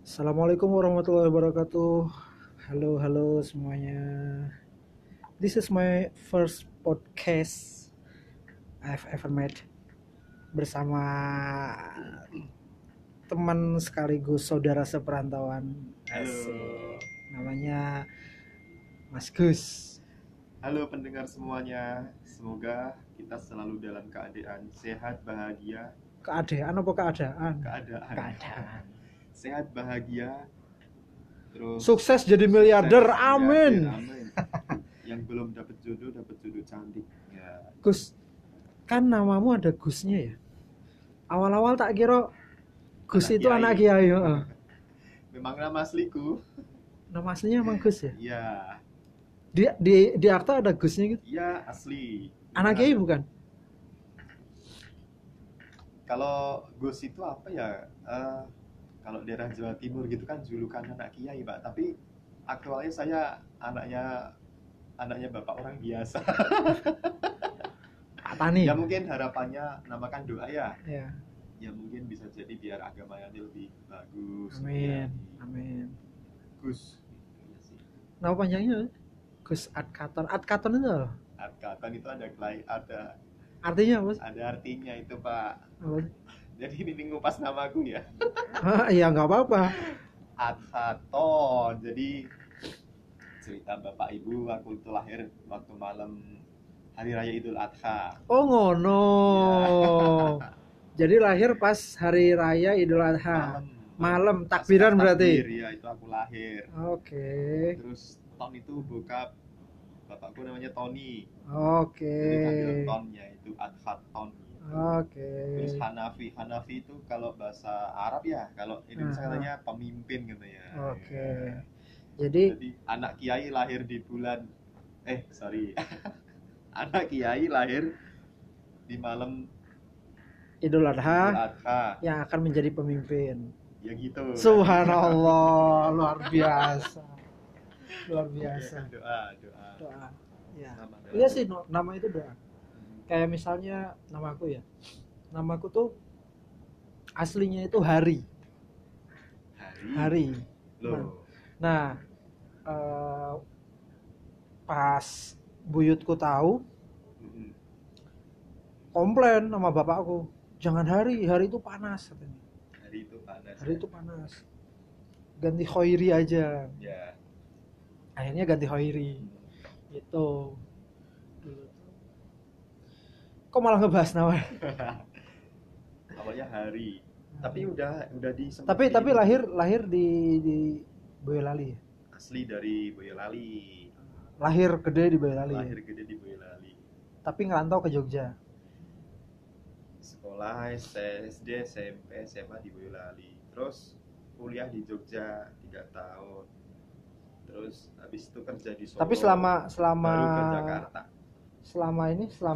Assalamualaikum warahmatullahi wabarakatuh. Halo, halo semuanya. This is my first podcast I've ever made bersama teman sekaligus saudara seperantauan. Asik. Namanya Mas Gus. Halo pendengar semuanya, semoga kita selalu dalam keadaan sehat, bahagia. Keadaan apa keadaan? Keadaan. Sehat, bahagia. Terus Sukses jadi miliarder, amin. Amin. Yang belum dapat jodoh cantik. Ya. Gus, kan namamu ada Gusnya ya? Awal-awal tak kira Gus Anak itu kiai. anak kiai. Memang nama asliku. Nama aslinya emang Gus ya? Iya. Di akta ada Gusnya gitu. Iya, asli. Anak kiai bukan? Kalau Gus itu apa ya? Kalau daerah Jawa Timur gitu kan julukan anak kiai, Pak. Tapi aktualnya saya anaknya bapak orang biasa. Pak Tani. Ya mungkin harapannya namakan doa ya. Ya. Ya mungkin bisa jadi biar agamanya lebih bagus. Amin. Ya. Amin. Gus. Iya sih. Nama panjangnya Gus Adkaton. Adkaton itu apa? Adkaton itu ada Artinya apa? ada artinya itu, Pak. Apa? Jadi ini ngupas namaku ya. Iya nggak apa-apa. Adkaton. Jadi cerita bapak ibu, aku itu lahir waktu malam hari raya Idul Adha. Oh ngono. Ya. Jadi lahir pas hari raya Idul Adha. Malam Pas takbiran takbir, berarti. ya itu aku lahir. Oke. Terus Ton itu bokap bapakku namanya Tony. Oke. Jadi panggil Tonnya itu Adhaton. Oke. Terus Hanafi itu kalau bahasa Arab ya, kalau Indonesia katanya pemimpin gitu ya. Oke. Ya. Jadi anak kiai lahir di bulan anak kiai lahir di malam Idul Adha Adha. yang akan menjadi pemimpin. Ya gitu. Subhanallah, luar biasa. Luar biasa. Doa. Ya. Nama Iya sih, nama itu doa. Kayak misalnya namaku ya. Namaku tuh aslinya itu Hari. Loh. Nah, pas buyutku tahu, komplain sama bapakku, jangan Hari itu panas katanya. Hari itu panas. Ganti Khairi aja. Ya. Akhirnya ganti Khairi. Itu. Kok malah ngebahas nama? Awalnya Hari. Tapi udah Tapi lahir di Boyolali ya? Asli dari Boyolali. Lahir gede di Boyolali. Tapi ngerantau ke Jogja. Sekolah SD, SMP, SMA di Boyolali. Terus kuliah di Jogja 3 tahun. Terus habis itu kerja di Solo. Tapi selama baru ke Jakarta. Selama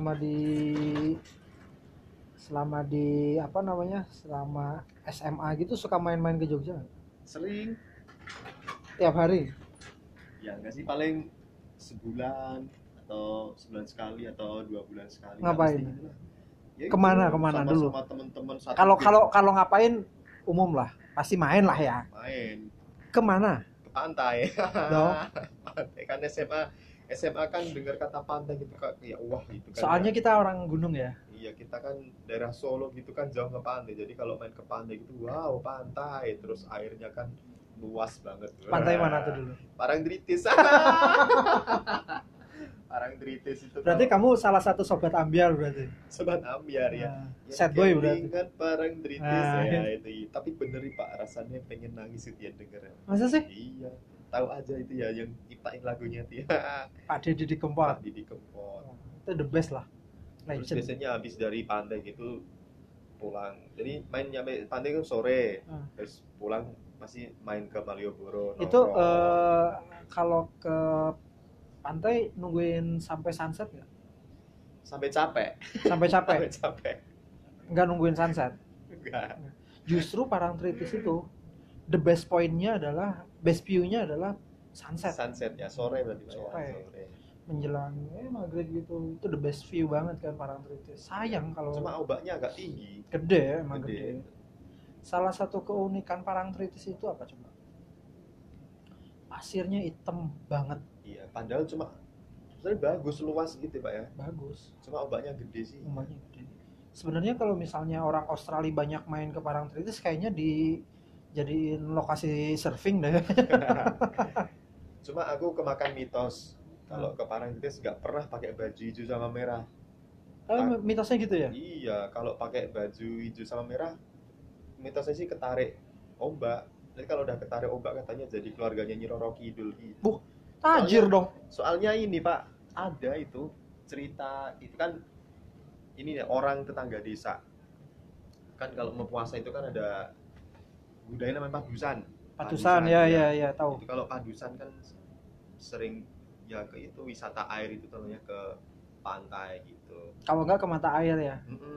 SMA gitu suka main-main ke Jogja? Sering. Tiap hari? Ya enggak sih, paling sebulan atau sebulan sekali atau 2 bulan sekali. Ngapain? Ya kemana dulu? Sama teman-teman satu. Kalau ngapain umum lah, pasti main lah ya. Main. Kemana? Ke pantai. Pantai kan SMA kan dengar kata pantai gitu kan, ya wah itu kan. Soalnya kita orang gunung ya. Iya, kita kan daerah Solo gitu kan jauh ke pantai. Jadi kalau main ke pantai gitu, wow, pantai. Terus airnya kan luas banget. Pantai mana tuh dulu? Parangtritis. Parangtritis itu. Berarti kamu salah satu sobat ambiar berarti. Sobat ambiar ya. Sad boy berarti. Kan Parangtritis ya itu. Tapi bener nih Pak, rasanya pengen nangis itu ya denger. Masa sih? Iya. Tahu aja itu ya yang ciptain lagunya itu ya. Pak Didi Kempot. Itu the best lah. Terus biasanya habis dari pantai gitu pulang. Jadi main nyampe pantai kan sore. Terus pulang masih main ke Malioboro. Itu kalau ke pantai nungguin sampai sunset nggak? Sampai capek. Sampai capek. Nggak nungguin sunset. Enggak. Justru Parangtritis itu the best point-nya adalah best view-nya adalah sunset. Sunset ya, sore berarti sore. Menjelang maghrib gitu, itu the best view banget kan Parangtritis. Sayang kalau cuma ombaknya agak tinggi. Gede emang gede. Salah satu keunikan Parangtritis itu apa coba? Pasirnya hitam banget. Iya, padahal cuma sebenarnya bagus, luas gitu Pak ya. Bagus. Cuma ombaknya gede sih. Ombaknya gede. Sebenarnya kalau misalnya orang Australia banyak main ke Parangtritis, kayaknya jadiin lokasi surfing deh. Cuma aku kemakan mitos kalau ke Parangtritis nggak pernah pakai baju hijau sama merah. Mitosnya gitu ya? Iya, kalau pakai baju hijau sama merah, mitosnya sih ketarik ombak. Jadi kalau udah ketarik ombak katanya jadi keluarganya Nyi Roro Kidul gitu. Tajir dong. Soalnya ini Pak, ada itu cerita itu kan ini ya orang tetangga desa. Kan kalau mau puasa itu kan ada budaya namanya padusan. Padusan ya tahu. Itu kalau padusan kan sering ya ke itu wisata air itu tentunya ke pantai gitu. Kalau enggak ke mata air ya.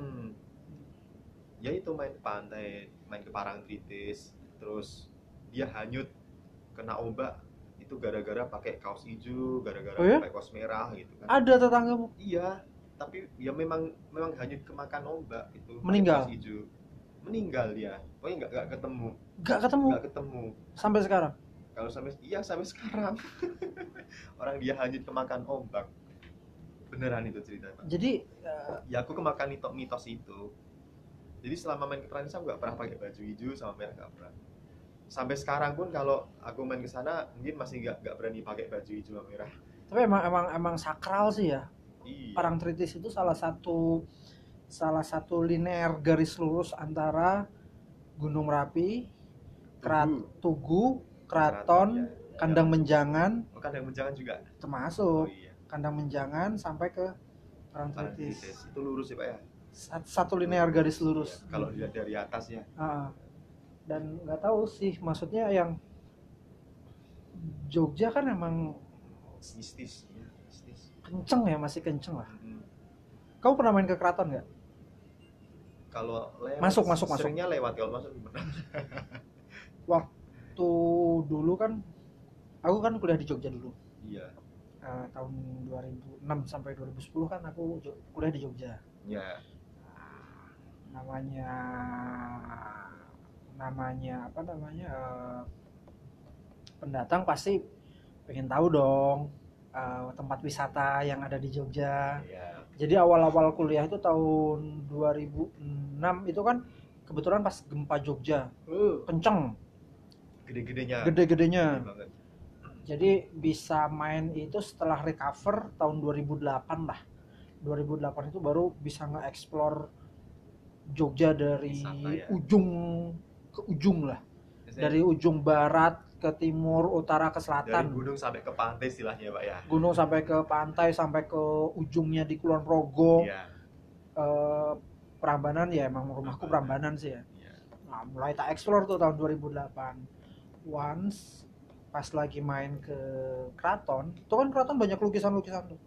Ya itu main ke pantai, main ke Parangtritis, terus dia hanyut kena ombak itu gara-gara pakai kaos hijau, gara-gara pakai kaos merah gitu kan. Ada tetanggamu? Iya, tapi ya memang hanyut kemakan ombak itu. Meninggal. Kaos hijau. Meninggal dia. Pokoknya nggak ketemu. Nggak ketemu. Sampai sekarang? Kalau sampai sekarang. Orang dia hanyut kemakan ombak. Beneran itu ceritanya Pak. Jadi ya aku kemakan mitos itu. Jadi selama main ke Parangtritis aku nggak pernah pakai baju hijau sama merah, nggak pernah. Sampai sekarang pun kalau aku main ke sana mungkin masih nggak berani pakai baju hijau sama merah. Tapi emang sakral sih ya. Iya. Parangtritis itu salah satu linear garis lurus antara Gunung Merapi, Tugu, Keraton, ya. Kandang Menjangan. Kandang Menjangan juga termasuk. Iya. Kandang Menjangan sampai ke Parangtritis. Itu lurus ya Pak ya? Satu linear garis lurus. Ya, kalau dilihat dari atas ya. Dan nggak tahu sih, maksudnya yang Jogja kan emang mistis. Kenceng ya, masih kenceng lah. Kamu pernah main ke keraton nggak? Kalau lewat masuk. Seringnya lewat, kalau masuk gimana? Waktu dulu kan, aku kan kuliah di Jogja dulu. Iya. Tahun 2006 sampai 2010 kan aku kuliah di Jogja. Iya. Namanya pendatang pasti pengen tahu dong tempat wisata yang ada di Jogja. Iya. Jadi awal-awal kuliah itu tahun 2006 itu kan kebetulan pas gempa Jogja kenceng, gede-gedenya. Jadi bisa main itu setelah recover tahun 2008 lah. 2008 itu baru bisa nge-explore Jogja dari ujung ke ujung lah. Dari ujung barat ke timur, utara ke selatan. Dari gunung sampai ke pantai istilahnya Pak ya. Gunung sampai ke pantai, sampai ke ujungnya di Kulon Progo. Iya. Prambanan ya, emang rumahku Prambanan sih ya. Nah, mulai tak explore tuh tahun 2008. Once pas lagi main ke keraton, itu kan keraton banyak lukisan-lukisan tuh.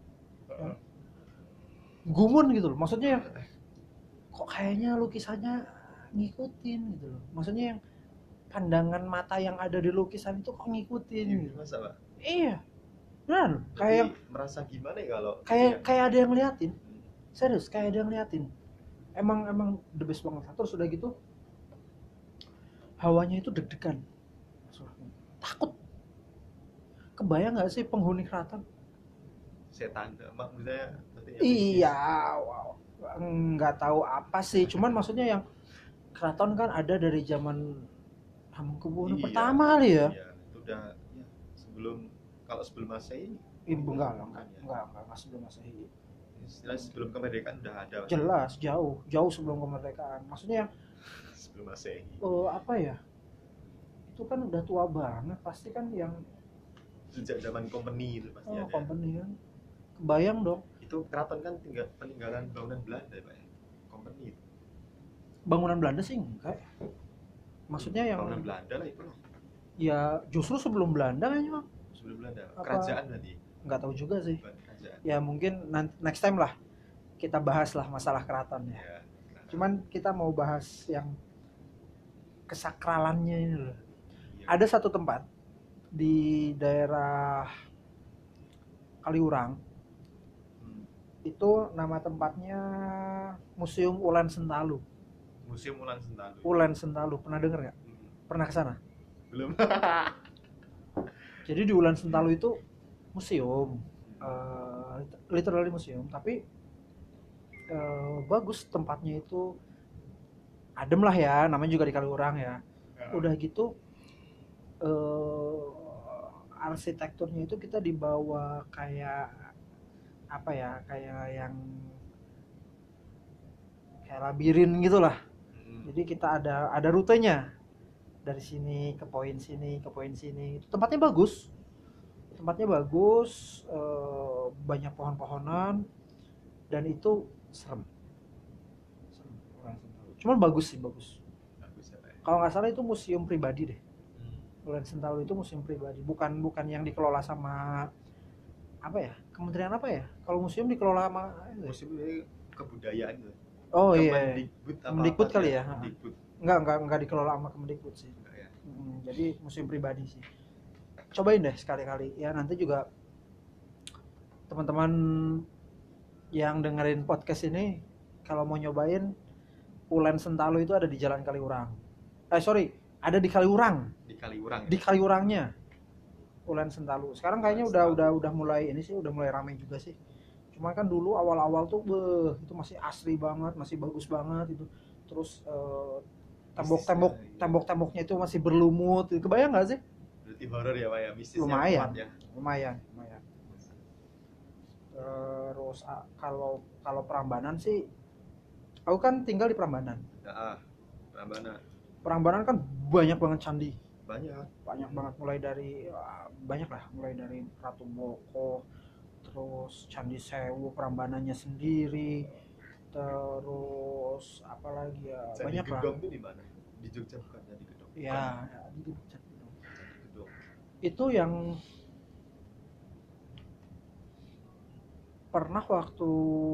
Gumun gitu loh, maksudnya yang kok kayaknya lukisannya ngikutin gitu loh. Maksudnya yang pandangan mata yang ada di lukisan itu kok ngikutin gitu. Masa Pak? Iya. Benar, kayak merasa gimana ya kalau kayak ada yang ngeliatin. Serius, kayak ada yang ngeliatin. Emang the best banget. Terus udah gitu hawanya itu deg-degan. Takut. Kebayang nggak sih penghuni keraton? Setan, maksudnya? Iya, wow. Nggak tahu apa sih, cuman maksudnya yang keraton kan ada dari zaman Hamengkubuwono pertama kali ya. Iya, itu udah ya, sebelum Masehi. Enggak sebelum Masehi. Sebelum kemerdekaan udah ada. Jelas, jauh sebelum kemerdekaan. Maksudnya sebelum Masehi. Apa ya? Itu kan udah tua banget, pasti kan yang sejak zaman company itu pasti ada. Company kan. Kebayang dong. Itu keraton kan peninggalan bangunan Belanda Pak ya. Company. Bangunan Belanda sih enggak. Maksudnya yang bangunan Belanda lah itu. Ya justru sebelum Belanda kayaknya. Sebelum Belanda. Kerajaan berarti. Enggak tahu juga sih. Kerajaan. Ya mungkin next time lah kita bahas lah masalah keraton ya. Cuman kita mau bahas yang kesakralannya ini loh. Ya. Ada satu tempat di daerah Kaliurang. Itu nama tempatnya Museum Ulen Sentalu. Museum Ulen Sentalu. Ulen Sentalu, pernah denger nggak? Pernah kesana? Belum. Jadi di Ulen Sentalu itu museum, literally museum, tapi bagus tempatnya itu, adem lah ya, namanya juga di Kaliurang ya. Udah gitu arsitekturnya itu kita dibawa kayak apa ya, kayak yang kayak labirin gitulah. Jadi kita ada rutenya dari sini ke poin sini ke poin sini. Tempatnya bagus, banyak pohon-pohonan dan itu serem. Cuman bagus sih, bagus. Kalau nggak salah itu museum pribadi deh. Ulen Sentalu itu museum pribadi, bukan yang dikelola sama apa ya, kementerian apa ya? Kalau museum dikelola sama museum ini kebudayaan gitu. Oh iya, Kemendikbud kali ya. Kemendikbud. Enggak dikelola sama Kemendikbud sih. Ya. Jadi museum pribadi sih. Cobain deh sekali-kali ya, nanti juga teman-teman yang dengerin podcast ini kalau mau nyobain, Ulen Sentalu itu ada di Jalan Kaliurang. Ada di Kaliurang. Di Kaliurangnya Ulen Sentalu. Sekarang kayaknya udah mulai ini sih, udah mulai ramai juga sih. Cuma kan dulu awal-awal tuh itu masih asri banget, masih bagus banget itu. Terus tembok-temboknya itu masih berlumut. Kebayang nggak sih? Berarti horor ya, Pak ya, mistisnya lumayan, kuat ya. Lumayan. Terus kalau Prambanan sih, aku kan tinggal di Prambanan. Prambanan kan banyak banget candi. Banyak banget, mulai dari Ratu Boko, terus Candi Sewu Prambanannya sendiri, terus apa lagi ya, Candi banyak lah. Gedong itu di mana? Di Jogja bukan Candi Gedong? Ya, di Jogja. Itu yang pernah waktu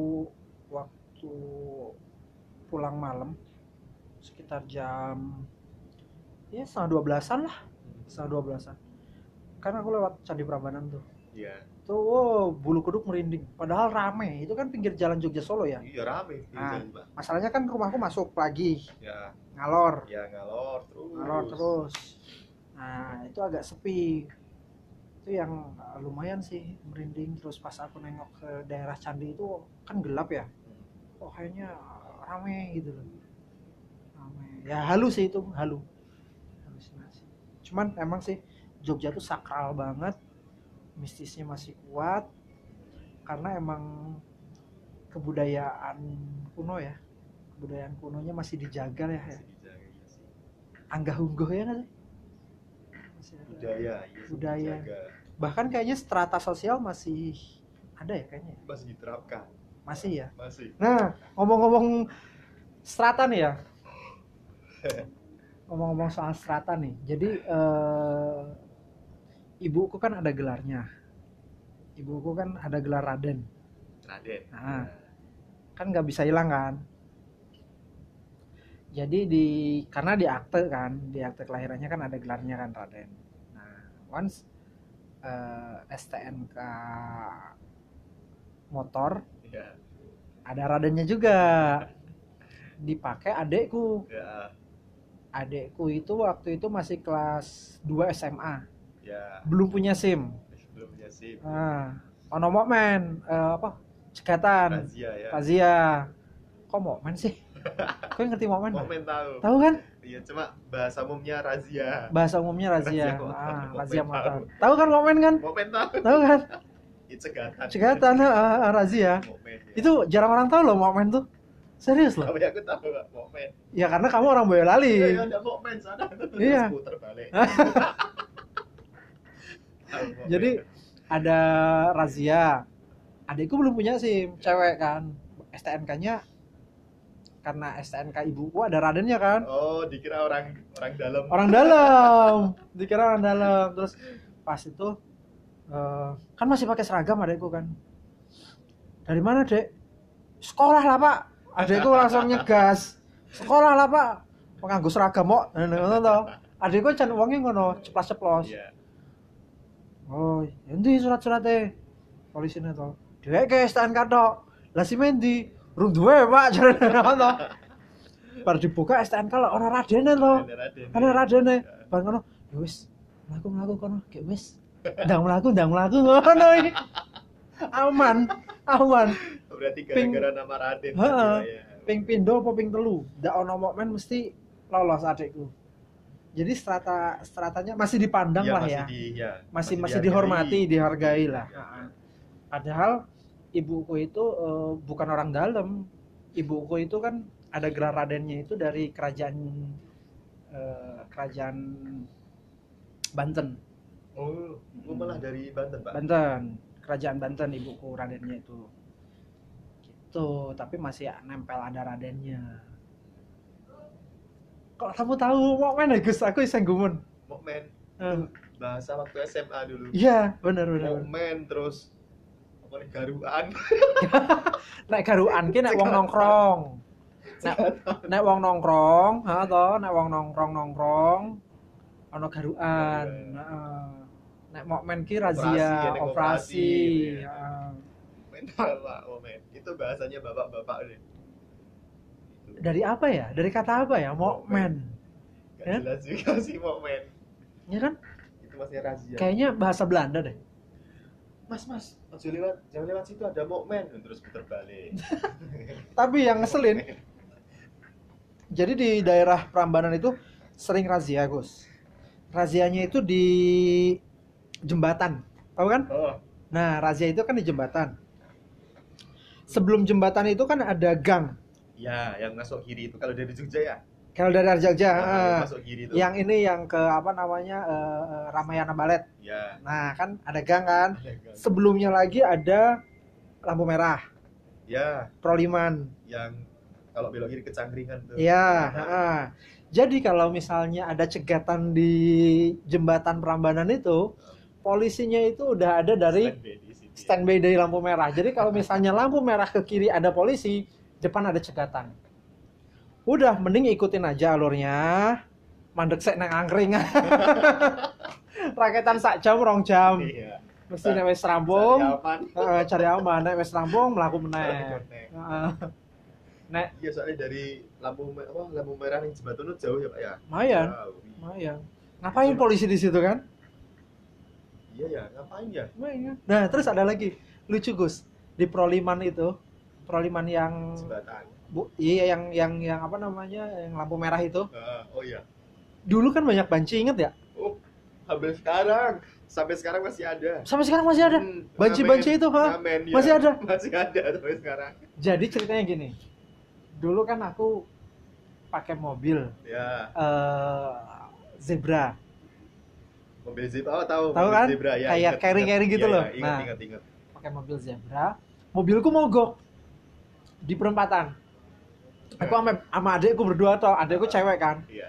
pulang malam sekitar jam ya 11:30-an lah, 11:30-an. Kan aku lewat Candi Prambanan tuh. Iya. Tuh, bulu kuduk merinding. Padahal rame. Itu kan pinggir jalan Jogja Solo ya. Iya rame. Masalahnya kan rumahku masuk pagi. Ya. Ngalor terus. Nah, itu agak sepi. Itu yang lumayan sih merinding. Terus pas aku nengok ke daerah candi itu kan gelap ya. Oh, kayaknya rame gitu loh. Rame. Ya halu sih itu, halusinasi. Cuman emang sih Jogja tuh sakral banget. Mistisnya masih kuat karena emang kebudayaan kunonya masih dijaga ya. Anggah ungguh ya nggak sih? Budaya. Bahkan kayaknya strata sosial masih ada ya kayaknya. Masih diterapkan. Masih ya. Masih. Nah, ngomong-ngomong strata nih ya. Ngomong-ngomong soal strata nih. Jadi ibuku kan ada gelarnya. Ibuku kan ada gelar Raden. Nah, kan nggak bisa hilang kan. Jadi karena di akte kelahirannya kan ada gelarnya kan Raden. Nah, once STNK motor ada Radennya juga. Dipakai adekku. Adekku itu waktu itu masih kelas 2 SMA. Belum punya SIM. Nah, ono mokmen cegatan. Razia. Kok mokmen sih? Kau ngerti mokmen? Mokmen tahu kan? Iya, cuma bahasa umumnya razia. Razia motor. Tahu kan mokmen kan? Mokmen tahu. Tahu kan? Cegatan razia. Mokmen, ya. Itu jarang orang tahu loh mokmen tuh. Serius loh. Tapi aku tahu mokmen. Ya karena kamu orang Boyolali. Iya, ada mokmen sana. Iya. Skuter balik. Jadi ada razia. Adikku belum punya SIM, cewek kan. STNK-nya karena STNK ibuku ada Radennya kan. Oh, dikira orang dalam. Dikira orang dalam. Terus pas itu kan masih pakai seragam adikku kan. Dari mana, Dek? Sekolah lah, Pak. Adikku langsung nyegas. Sekolah lah, Pak. Nganggo seragam kok. Ngono to. Adikku jan wonge ngono, ceplos-ceplos. Iya. Oh, endi surat-surate? Polisine to. Dheweke STNK tok. Lah si Mendi rung duwe, Pak, jarene ngono. Bar dibuka STNK lho ora radene to. Ana radene. Bar ngono, ya wis mlaku kono, gek wis. Ndang mlaku ngono iki. Aman. Berarti gara-gara nama Raden. Heeh. Ya. Ping pindho apa ping telu, ndak ono mokmen mesti lolos adikku. Jadi stratanya masih dipandang lah ya. Masih dihormati, dihargai lah. Padahal ibuku itu bukan orang dalam. Ibuku itu kan ada gelar radennya itu dari kerajaan Banten. Oh, malah dari Banten, Pak. Banten, kerajaan Banten ibuku radennya itu. Gitu, tapi masih nempel ada radennya. Kok kamu tahu mokmen ya Gus? Aku iseng gumun. Mokmen. Bahasa waktu SMA dulu. Iya, benar. Mokmen terus apa nih garuan. Nek garuan ki nek wong nongkrong. Nek wong nongkrong, ha to, nek wong nongkrong ana garuan. Heeh. Nek mokmen ki razia, operasi. Heeh. Momen. Itu bahasanya bapak-bapak deh. Dari apa ya? Dari kata apa ya? Mokmen. Gak jelas juga sih mokmen. Ya kan? Itu masih razia. Kayaknya bahasa Belanda deh. Mas, jangan lewat situ ada mokmen, terus putar balik. Tapi yang ngeselin. Jadi di daerah Prambanan itu sering razia, Gus. Razianya itu di jembatan. Tahu kan? Oh. Nah, razia itu kan di jembatan. Sebelum jembatan itu kan ada gang. Ya, yang masuk kiri itu kalau dari Jogja ya. Kalau dari Jogja, masuk kiri itu. yang ini yang ke apa namanya Ramayana Ballet. Ya. Nah, kan ada gang kan. Sebelumnya lagi ada lampu merah. Ya. Proliman. Yang kalau belok kiri ke Cangkringan tuh. Iya. Jadi kalau misalnya ada cegatan di jembatan Prambanan itu, polisinya itu udah ada dari standby dari lampu merah. Jadi kalau misalnya lampu merah ke kiri ada polisi, depan ada cegatan. Udah, mending ikutin aja alurnya. Mandek sek nang angkringan. Raketan sak jam, 2 jam. Iya. Mesti nek wis rampung, cari aman. Nek wis rampung mlaku meneh. Nek iya soalnya dari lampu merah ning jembatan itu jauh ya, Pak ya. Lumayan. Ngapain polisi di situ kan? Iya ya, ngapain ya? Nah, terus ada lagi lucu Gus. Di Proliman itu, Proliman yang jembatan. Iya yang apa namanya? Yang lampu merah itu. Oh iya. Dulu kan banyak banci, inget ya? Oh, sampai sekarang masih ada. Sampai sekarang masih ada. Banci-banci itu, ha? Ngamen, ya. Masih ada. Masih ada sampai sekarang. Jadi ceritanya gini. Dulu kan aku pakai mobil. Ya. Zebra. Mobil Zebra, tahu kan? Zebra ya. Kayak carry gitu loh. Ingat. Pakai mobil Zebra. Mobilku mogok di perempatan. Aku sama adekku berdua toh, adekku cewek kan. Iya.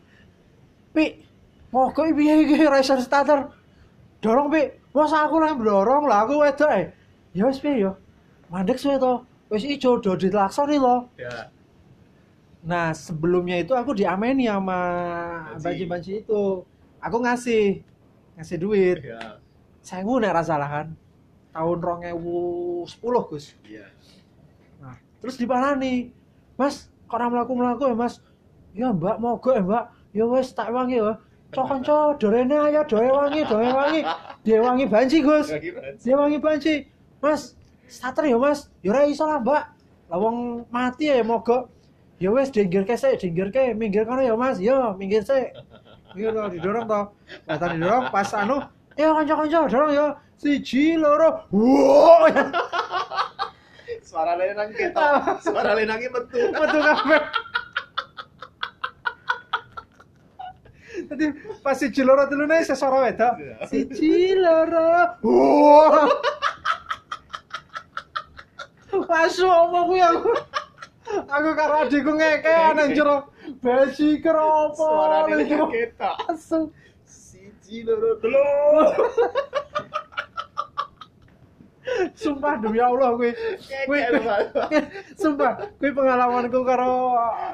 Pi, mogok piye iki racer starter. Dorong Pi. Masa aku yang dorong lah, aku wedok Ya wis piye yo. Mandek suwe to. Wis ijo do ditlaksoni lo. Ya. Nah, sebelumnya itu aku diameni sama banci-banci itu. Aku ngasih duit. Iya. 1000 nek ra salah kan. Tahun 2010, Gus. Iya. Nah, terus diparani. Mas, kok ora mlaku-mlaku ya, Mas? Ya, Mbak, mogok ya, Mbak. Ya wis tak wangi ya. Cok-cok dorene ayo doe wangi. Dia wangi banci, Gus. Dia wangi banci. Mas, starter ya, Mas. Ya ora iso lah, Mbak. Lah wong mati ya mogok. Ya wis dinggirke, minggir kono ya, Mas. Ya, minggir sik. Iya loh, didorong toh. Pas didorong pas ya kanca-kanca dorong ya. 1 2 wow. Suara lenang ketok. Suara lenangnya metu kabeh. Tadi pas 1 2 telune sesoro wedok. 1 2 wow. Masuk apa kuwi aku. Aku karo adikku ngeke nang jero besi keropo. Suarane ketok. Asu. 1 2 3. Sumpah demi Allah kuwi. Sumpah, kuwi pengalamanku karo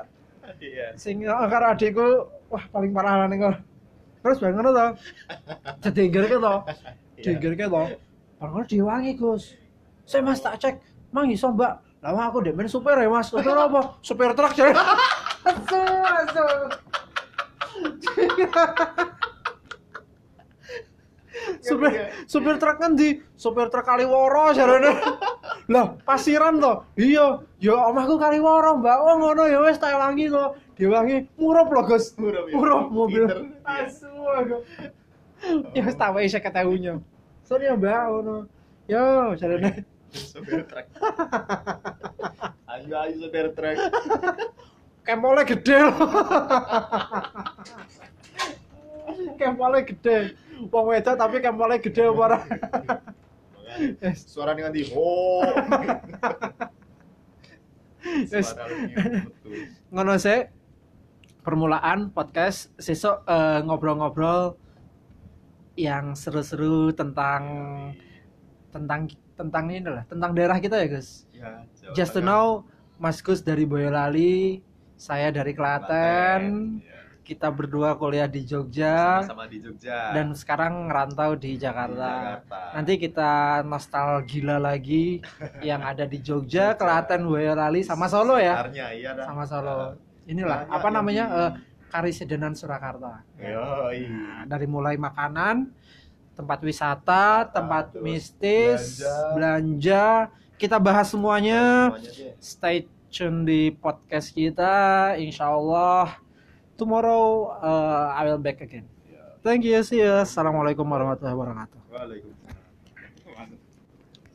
karo adikku, wah paling parah lah ning. Terus bareng ngono to. Didenggerke to. Bareng diwangi, Gus. Saya Mas tak cek, mang iso Mbak. Lah aku ndek men supir ya Mas. Supir apa? Supir truk jare. Asu. Supir truk kan supir truk Kaliworo jarane. Lah, pasiran to. Iya, ya omahku Kaliworo, Mbak. Oh ngono ya wis tak wangi kok. Diwangi murup lho, Gus. Murup mobil. Asu aku. Ya wis tak wae 50.000-nya. Sorry ya, Mbak, ngono. Yo, jarane. Supir truk. Ayo supir truk. Kempolnya gede loh. Kempolnya gede. Wong wedok tapi kempolnya gede apa ora? Suara nganti ho. Wes. Suara betul. Ngono sih permulaan podcast sesuk ngobrol-ngobrol yang seru-seru tentang ini lah, tentang daerah kita ya, Gus. Ya, Just to know, Mas Gus dari Boyolali, saya dari Klaten. Ya. Kita berdua kuliah di Jogja. Sama-sama di Jogja. Dan sekarang ngerantau di Jakarta. Jakarta. Nanti kita nostalgia lagi yang ada di Jogja, Klaten, Boyolali, sama Solo ya. Sebenarnya iya dah. Sama Solo. Inilah Banyak apa yang namanya di- Karisedenan Surakarta. Yoi. Nah, dari mulai makanan, tempat wisata, tempat terus mistis, belanja, kita bahas semuanya. Semuanya deh. Stay tune di podcast kita. Insyaallah tomorrow I will back again. Ya. Thank you. See you. Assalamualaikum warahmatullahi wabarakatuh. Waalaikumsalam.